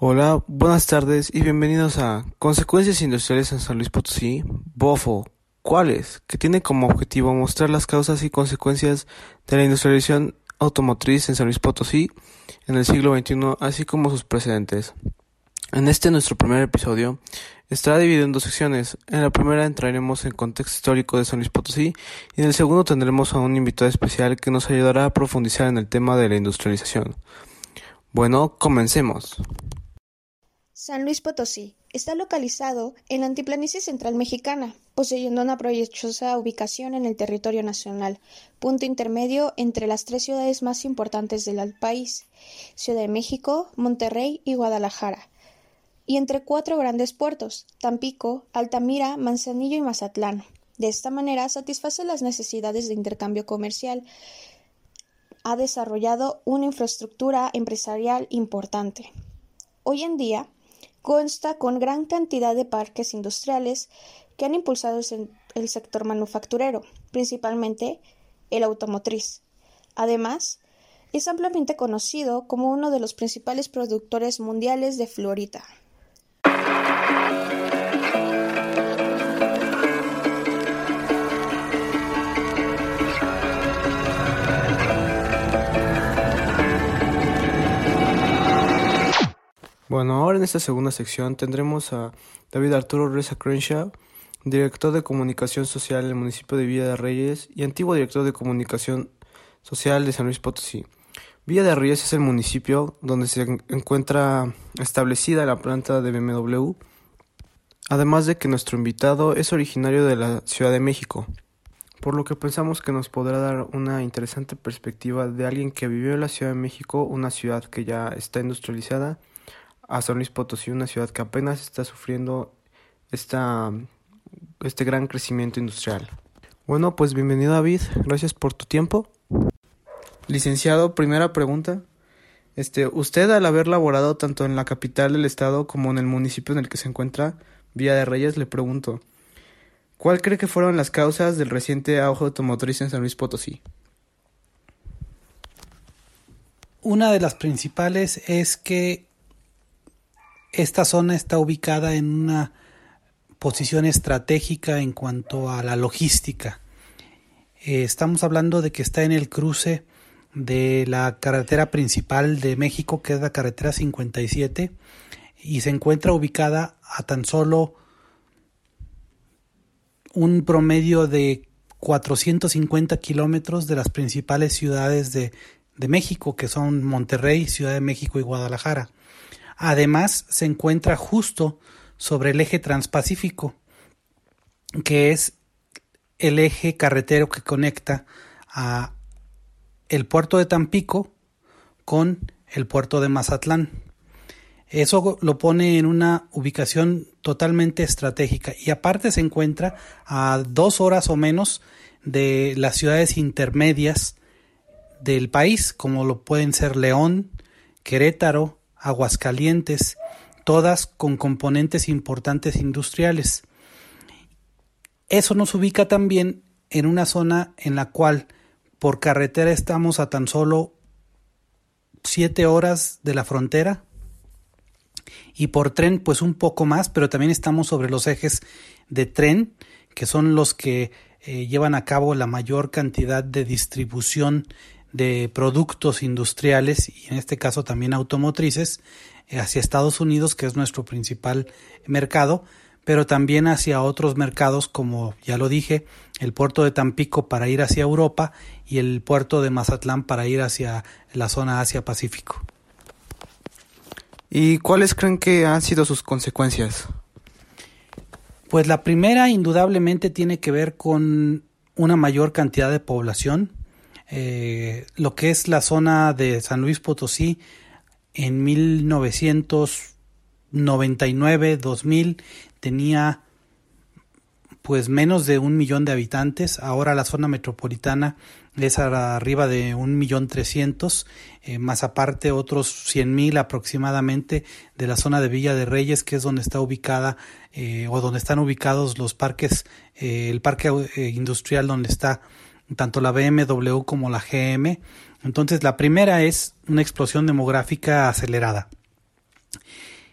Hola, buenas tardes y bienvenidos a Consecuencias Industriales en San Luis Potosí, BOFO. ¿Cuáles? Que tiene como objetivo mostrar las causas y consecuencias de la industrialización automotriz en San Luis Potosí en el siglo XXI, así como sus precedentes. En nuestro primer episodio, estará dividido en dos secciones. En la primera entraremos en contexto histórico de San Luis Potosí y en el segundo tendremos a un invitado especial que nos ayudará a profundizar en el tema de la industrialización. Bueno, comencemos. San Luis Potosí está localizado en la altiplanicie central mexicana, poseyendo una provechosa ubicación en el territorio nacional, punto intermedio entre las tres ciudades más importantes del país, Ciudad de México, Monterrey y Guadalajara, y entre cuatro grandes puertos, Tampico, Altamira, Manzanillo y Mazatlán. De esta manera satisface las necesidades de intercambio comercial. Ha desarrollado una infraestructura empresarial importante. Hoy en día, consta con gran cantidad de parques industriales que han impulsado el sector manufacturero, principalmente el automotriz. Además, es ampliamente conocido como uno de los principales productores mundiales de fluorita. Bueno, ahora en esta segunda sección tendremos a David Arturo Reza Crenshaw, director de Comunicación Social en el municipio de Villa de Reyes y antiguo director de Comunicación Social de San Luis Potosí. Villa de Reyes es el municipio donde se encuentra establecida la planta de BMW, además de que nuestro invitado es originario de la Ciudad de México, por lo que pensamos que nos podrá dar una interesante perspectiva de alguien que vivió en la Ciudad de México, una ciudad que ya está industrializada, a San Luis Potosí, una ciudad que apenas está sufriendo este gran crecimiento industrial. Bueno, pues bienvenido David, gracias por tu tiempo. Licenciado, primera pregunta. Usted al haber laborado tanto en la capital del estado como en el municipio en el que se encuentra, Villa de Reyes, le pregunto, ¿cuál cree que fueron las causas del reciente auge automotriz en San Luis Potosí? Una de las principales es que esta zona está ubicada en una posición estratégica en cuanto a la logística. Estamos hablando de que está en el cruce de la carretera principal de México, que es la carretera 57, y se encuentra ubicada a tan solo un promedio de 450 kilómetros de las principales ciudades de México, que son Monterrey, Ciudad de México y Guadalajara. Además, se encuentra justo sobre el eje transpacífico, que es el eje carretero que conecta a el puerto de Tampico con el puerto de Mazatlán. Eso lo pone en una ubicación totalmente estratégica y aparte se encuentra a 2 horas o menos de las ciudades intermedias del país, como lo pueden ser León, Querétaro, Aguascalientes, todas con componentes importantes industriales. Eso nos ubica también en una zona en la cual por carretera estamos a tan solo 7 horas de la frontera y por tren pues un poco más, pero también estamos sobre los ejes de tren, que son los que llevan a cabo la mayor cantidad de distribución de productos industriales y en este caso también automotrices hacia Estados Unidos, que es nuestro principal mercado, pero también hacia otros mercados como ya lo dije, el puerto de Tampico para ir hacia Europa y el puerto de Mazatlán para ir hacia la zona Asia-Pacífico. ¿Y cuáles creen que han sido sus consecuencias? Pues la primera indudablemente tiene que ver con una mayor cantidad de población. Lo que es la zona de San Luis Potosí en 1999-2000 tenía pues menos de 1 millón de habitantes. Ahora la zona metropolitana es arriba de 1.300.000, más aparte otros 100,000 aproximadamente de la zona de Villa de Reyes, que es donde está ubicada o donde están ubicados los parques, el parque industrial donde está tanto la BMW como la GM. Entonces la primera es una explosión demográfica acelerada.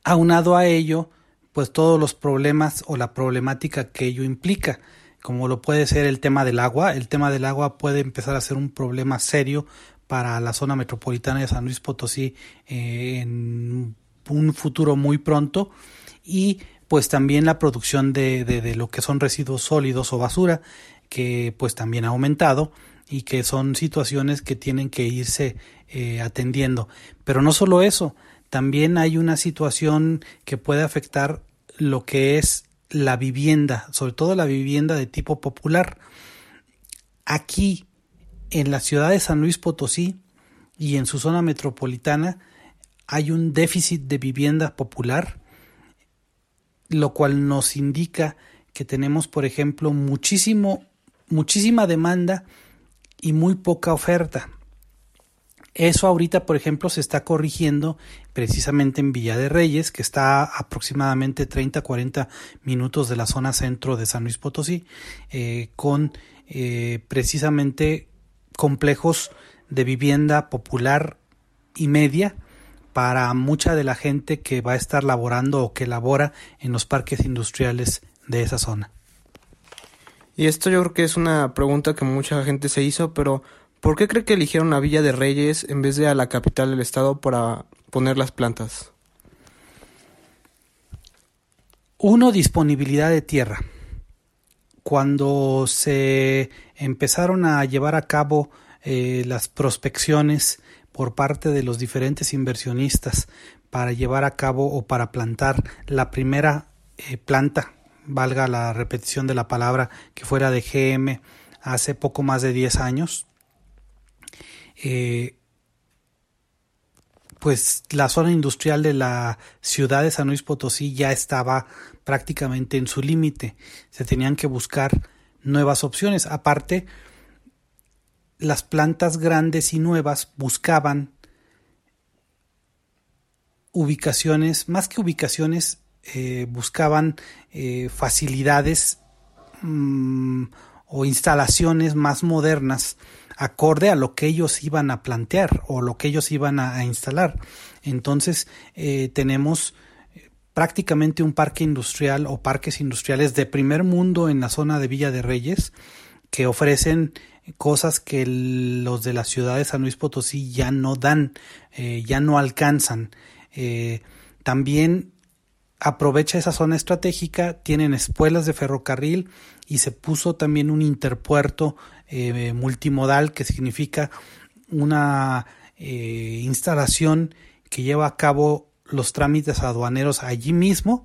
Aunado a ello, pues todos los problemas o la problemática que ello implica, como lo puede ser el tema del agua. El tema del agua puede empezar a ser un problema serio para la zona metropolitana de San Luis Potosí en un futuro muy pronto, y pues también la producción de lo que son residuos sólidos o basura, que pues también ha aumentado y que son situaciones que tienen que irse atendiendo. Pero no solo eso, también hay una situación que puede afectar lo que es la vivienda, sobre todo la vivienda de tipo popular. Aquí, en la ciudad de San Luis Potosí y en su zona metropolitana, hay un déficit de vivienda popular, lo cual nos indica que tenemos, por ejemplo, muchísima demanda y muy poca oferta. Eso ahorita, por ejemplo, se está corrigiendo precisamente en Villa de Reyes, que está a aproximadamente 30-40 minutos de la zona centro de San Luis Potosí, con precisamente complejos de vivienda popular y media para mucha de la gente que va a estar laborando o que labora en los parques industriales de esa zona. Y esto yo creo que es una pregunta que mucha gente se hizo, pero ¿por qué cree que eligieron a Villa de Reyes en vez de a la capital del estado para poner las plantas? Uno, disponibilidad de tierra. Cuando se empezaron a llevar a cabo las prospecciones por parte de los diferentes inversionistas para llevar a cabo o para plantar la primera planta, valga la repetición de la palabra, que fuera de GM hace poco más de 10 años, pues la zona industrial de la ciudad de San Luis Potosí ya estaba prácticamente en su límite. Se tenían que buscar nuevas opciones. Aparte, las plantas grandes y nuevas buscaban ubicaciones, más que ubicaciones, buscaban facilidades o instalaciones más modernas acorde a lo que ellos iban a plantear o lo que ellos iban a instalar. Entonces tenemos prácticamente un parque industrial o parques industriales de primer mundo en la zona de Villa de Reyes, que ofrecen cosas que los de la ciudad de San Luis Potosí ya no dan, ya no alcanzan. También aprovecha esa zona estratégica, tienen espuelas de ferrocarril y se puso también un interpuerto multimodal, que significa una instalación que lleva a cabo los trámites aduaneros allí mismo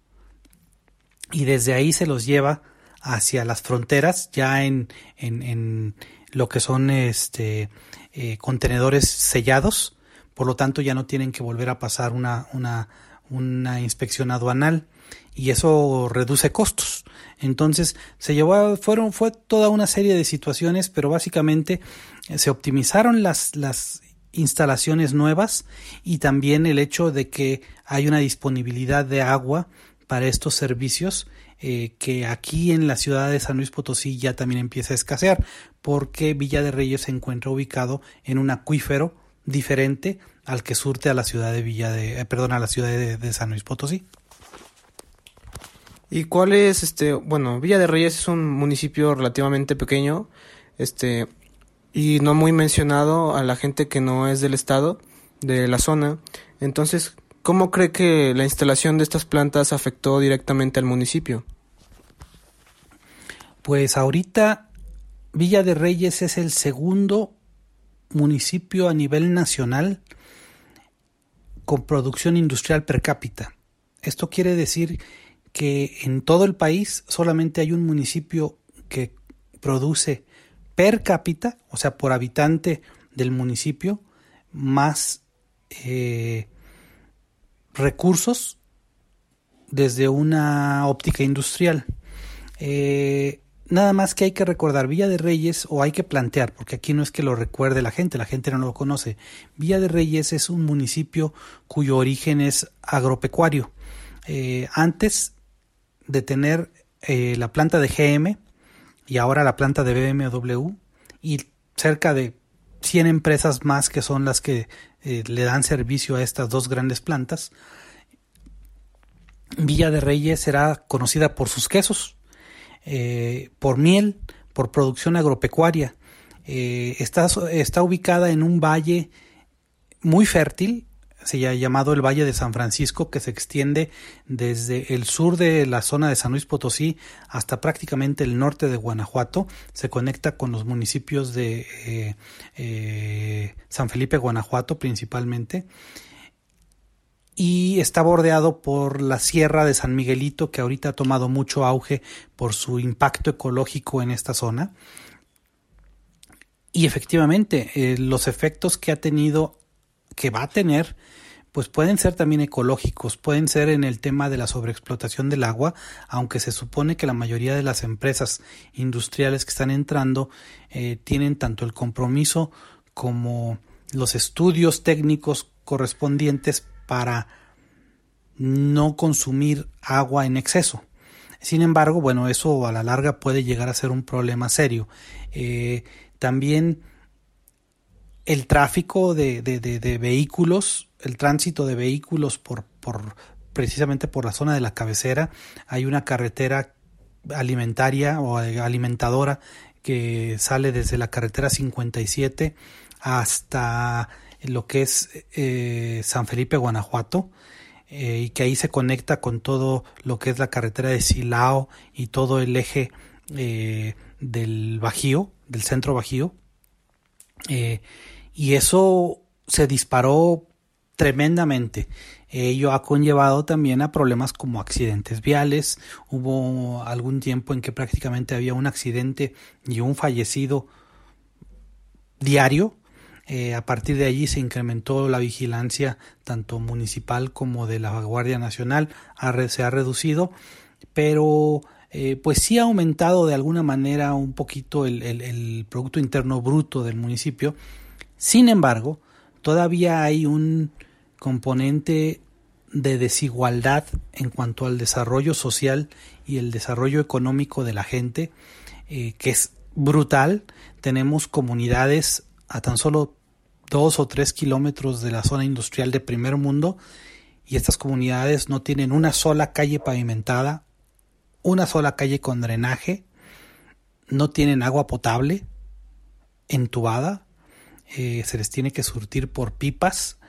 y desde ahí se los lleva hacia las fronteras, ya en lo que son contenedores sellados. Por lo tanto ya no tienen que volver a pasar una inspección aduanal y eso reduce costos. Entonces fue toda una serie de situaciones, pero básicamente se optimizaron las instalaciones nuevas y también el hecho de que hay una disponibilidad de agua para estos servicios, que aquí en la ciudad de San Luis Potosí ya también empieza a escasear, porque Villa de Reyes se encuentra ubicado en un acuífero diferente al que surte a la ciudad de San Luis Potosí. ¿Y cuál es bueno, Villa de Reyes es un municipio relativamente pequeño, y no muy mencionado a la gente que no es del estado, de la zona? Entonces, ¿cómo cree que la instalación de estas plantas afectó directamente al municipio? Pues ahorita Villa de Reyes es el segundo municipio a nivel nacional con producción industrial per cápita. Esto quiere decir que en todo el país solamente hay un municipio que produce per cápita, o sea, por habitante del municipio, más recursos desde una óptica industrial. Nada más que hay que recordar, Villa de Reyes, o hay que plantear, porque aquí no es que lo recuerde la gente no lo conoce. Villa de Reyes es un municipio cuyo origen es agropecuario. Antes de tener la planta de GM y ahora la planta de BMW y cerca de 100 empresas más que son las que le dan servicio a estas dos grandes plantas, Villa de Reyes era conocida por sus quesos, por miel, por producción agropecuaria. Está ubicada en un valle muy fértil, se ha llamado el Valle de San Francisco, que se extiende desde el sur de la zona de San Luis Potosí hasta prácticamente el norte de Guanajuato. Se conecta con los municipios de San Felipe, Guanajuato principalmente, y está bordeado por la Sierra de San Miguelito, que ahorita ha tomado mucho auge por su impacto ecológico en esta zona. Y efectivamente, los efectos que ha tenido, que va a tener, pues pueden ser también ecológicos, pueden ser en el tema de la sobreexplotación del agua, aunque se supone que la mayoría de las empresas industriales que están entrando tienen tanto el compromiso como los estudios técnicos correspondientes para no consumir agua en exceso. Sin embargo, bueno, eso a la larga puede llegar a ser un problema serio. También el tráfico de vehículos, el tránsito de vehículos precisamente por la zona de la cabecera. Hay una carretera alimentaria o alimentadora que sale desde la carretera 57 hasta lo que es San Felipe, Guanajuato, y que ahí se conecta con todo lo que es la carretera de Silao y todo el eje del Bajío, del centro Bajío, y eso se disparó tremendamente. Ello ha conllevado también a problemas como accidentes viales. Hubo algún tiempo en que prácticamente había un accidente y un fallecido diario. A partir de allí se incrementó la vigilancia tanto municipal como de la Guardia Nacional. Se ha reducido, pero pues sí ha aumentado de alguna manera un poquito el Producto Interno Bruto del municipio. Sin embargo, todavía hay un componente de desigualdad en cuanto al desarrollo social y el desarrollo económico de la gente, que es brutal. Tenemos comunidades a tan solo 2 o 3 kilómetros de la zona industrial de primer mundo, y estas comunidades no tienen una sola calle pavimentada, una sola calle con drenaje, no tienen agua potable entubada, se les tiene que surtir por pipas,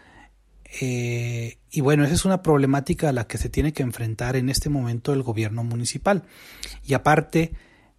y bueno, esa es una problemática a la que se tiene que enfrentar en este momento el gobierno municipal. Y aparte,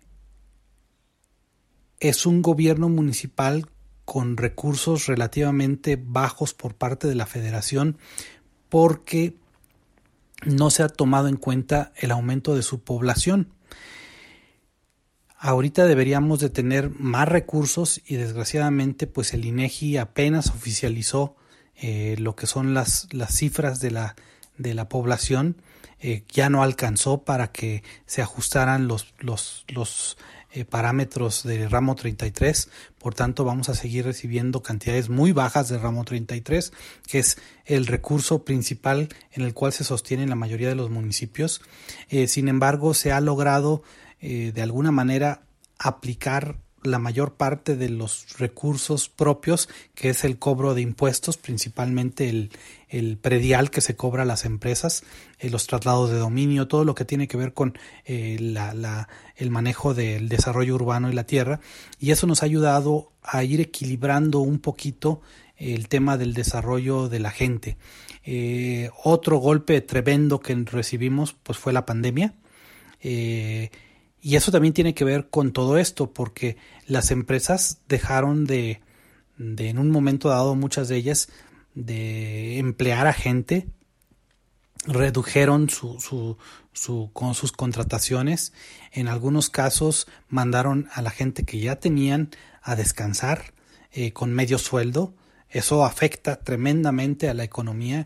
es un gobierno municipal con recursos relativamente bajos por parte de la federación, porque no se ha tomado en cuenta el aumento de su población. Ahorita deberíamos de tener más recursos y desgraciadamente pues el INEGI apenas oficializó lo que son las cifras de la población. Ya no alcanzó para que se ajustaran los parámetros de ramo 33, por tanto vamos a seguir recibiendo cantidades muy bajas de ramo 33, que es el recurso principal en el cual se sostienen la mayoría de los municipios. Sin embargo, se ha logrado de alguna manera aplicar la mayor parte de los recursos propios, que es el cobro de impuestos, principalmente el predial que se cobra a las empresas, los traslados de dominio, todo lo que tiene que ver con el manejo del desarrollo urbano y la tierra, y eso nos ha ayudado a ir equilibrando un poquito el tema del desarrollo de la gente. Otro golpe tremendo que recibimos pues fue la pandemia, y eso también tiene que ver con todo esto, porque las empresas dejaron de en un momento dado, muchas de ellas, de emplear a gente, redujeron con sus contrataciones. En algunos casos mandaron a la gente que ya tenían a descansar con medio sueldo. Eso afecta tremendamente a la economía,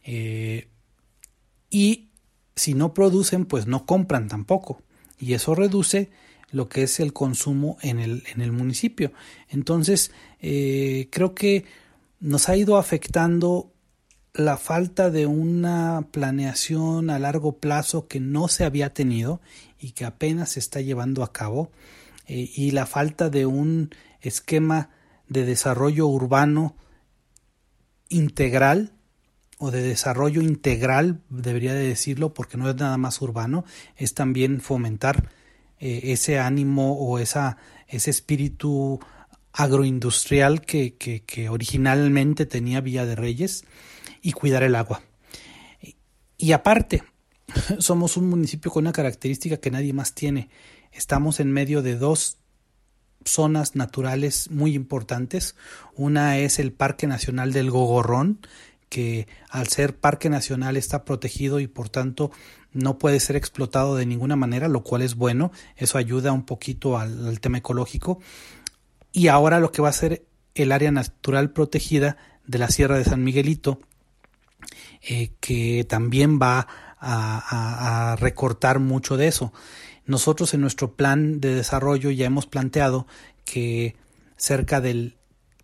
y si no producen, pues no compran tampoco. Y eso reduce lo que es el consumo en el municipio. Entonces, creo que nos ha ido afectando la falta de una planeación a largo plazo que no se había tenido y que apenas se está llevando a cabo, y la falta de un esquema de desarrollo urbano integral, o de desarrollo integral, debería de decirlo, porque no es nada más urbano, es también fomentar ese ánimo o ese espíritu agroindustrial que originalmente tenía Villa de Reyes, y cuidar el agua. Y aparte, somos un municipio con una característica que nadie más tiene. Estamos en medio de dos zonas naturales muy importantes. Una es el Parque Nacional del Gogorrón, que al ser parque nacional está protegido y por tanto no puede ser explotado de ninguna manera, lo cual es bueno. Eso ayuda un poquito al tema ecológico. Y ahora lo que va a ser el área natural protegida de la Sierra de San Miguelito, que también va a recortar mucho de eso. Nosotros en nuestro plan de desarrollo ya hemos planteado que cerca del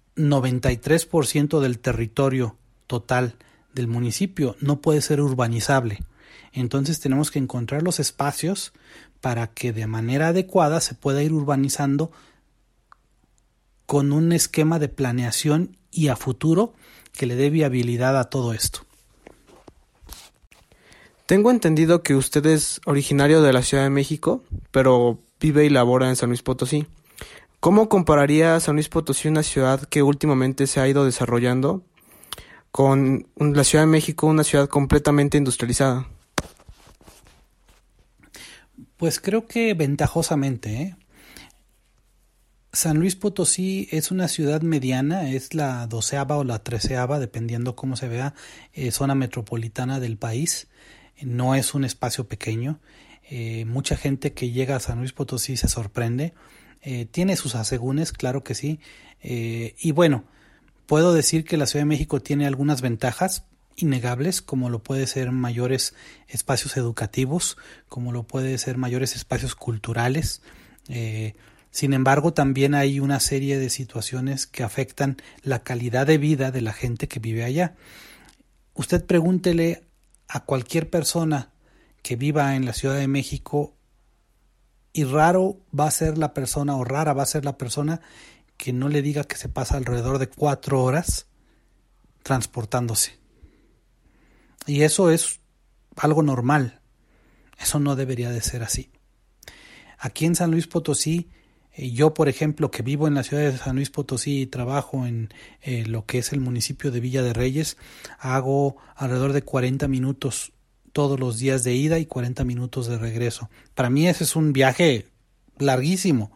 93% del territorio total del municipio no puede ser urbanizable. Entonces tenemos que encontrar los espacios para que de manera adecuada se pueda ir urbanizando con un esquema de planeación y a futuro que le dé viabilidad a todo esto. Tengo entendido que usted es originario de la Ciudad de México, pero vive y labora en San Luis Potosí. ¿Cómo compararía a San Luis Potosí, una ciudad que últimamente se ha ido desarrollando, con la Ciudad de México, una ciudad completamente industrializada? Pues creo que ventajosamente, San Luis Potosí es una ciudad mediana, es la 12ª o la 13ª, dependiendo cómo se vea, zona metropolitana del país. No es un espacio pequeño. Mucha gente que llega a San Luis Potosí se sorprende. Tiene sus asegúnes, claro que sí. Y bueno, puedo decir que la Ciudad de México tiene algunas ventajas innegables, como lo puede ser mayores espacios educativos, como lo puede ser mayores espacios culturales. Sin embargo, también hay una serie de situaciones que afectan la calidad de vida de la gente que vive allá. Usted pregúntele a cualquier persona que viva en la Ciudad de México y rara va a ser la persona que no le diga que se pasa alrededor de 4 horas transportándose. Y eso es algo normal. Eso no debería de ser así. Aquí en San Luis Potosí, yo, por ejemplo, que vivo en la ciudad de San Luis Potosí y trabajo en lo que es el municipio de Villa de Reyes, hago alrededor de 40 minutos todos los días de ida y 40 minutos de regreso. Para mí ese es un viaje larguísimo.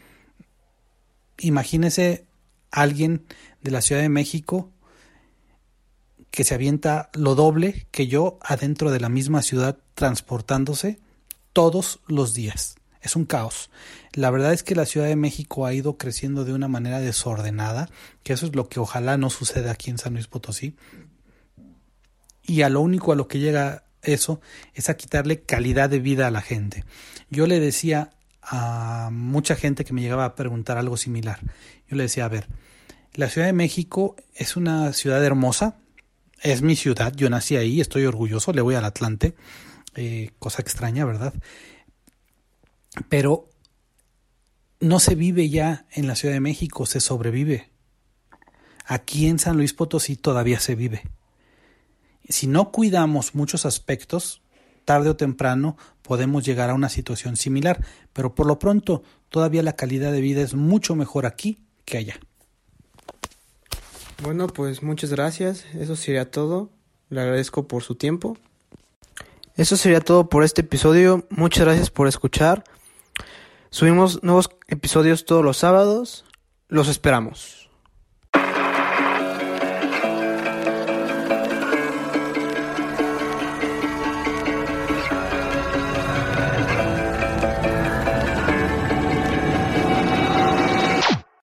Imagínese alguien de la Ciudad de México que se avienta lo doble que yo adentro de la misma ciudad transportándose todos los días. Es un caos. La verdad es que la Ciudad de México ha ido creciendo de una manera desordenada, que eso es lo que ojalá no suceda aquí en San Luis Potosí. Y a lo que llega eso es a quitarle calidad de vida a la gente. Yo le decía a mucha gente que me llegaba a preguntar algo similar. Yo le decía, a ver, la Ciudad de México es una ciudad hermosa, es mi ciudad, yo nací ahí, estoy orgulloso, le voy al Atlante, cosa extraña, ¿verdad? Pero no se vive ya en la Ciudad de México, se sobrevive. Aquí en San Luis Potosí todavía se vive. Si no cuidamos muchos aspectos, tarde o temprano podemos llegar a una situación similar, pero por lo pronto todavía la calidad de vida es mucho mejor aquí que allá. Bueno, pues muchas gracias. Eso sería todo. Le agradezco por su tiempo. Eso sería todo por este episodio. Muchas gracias por escuchar. Subimos nuevos episodios todos los sábados. Los esperamos.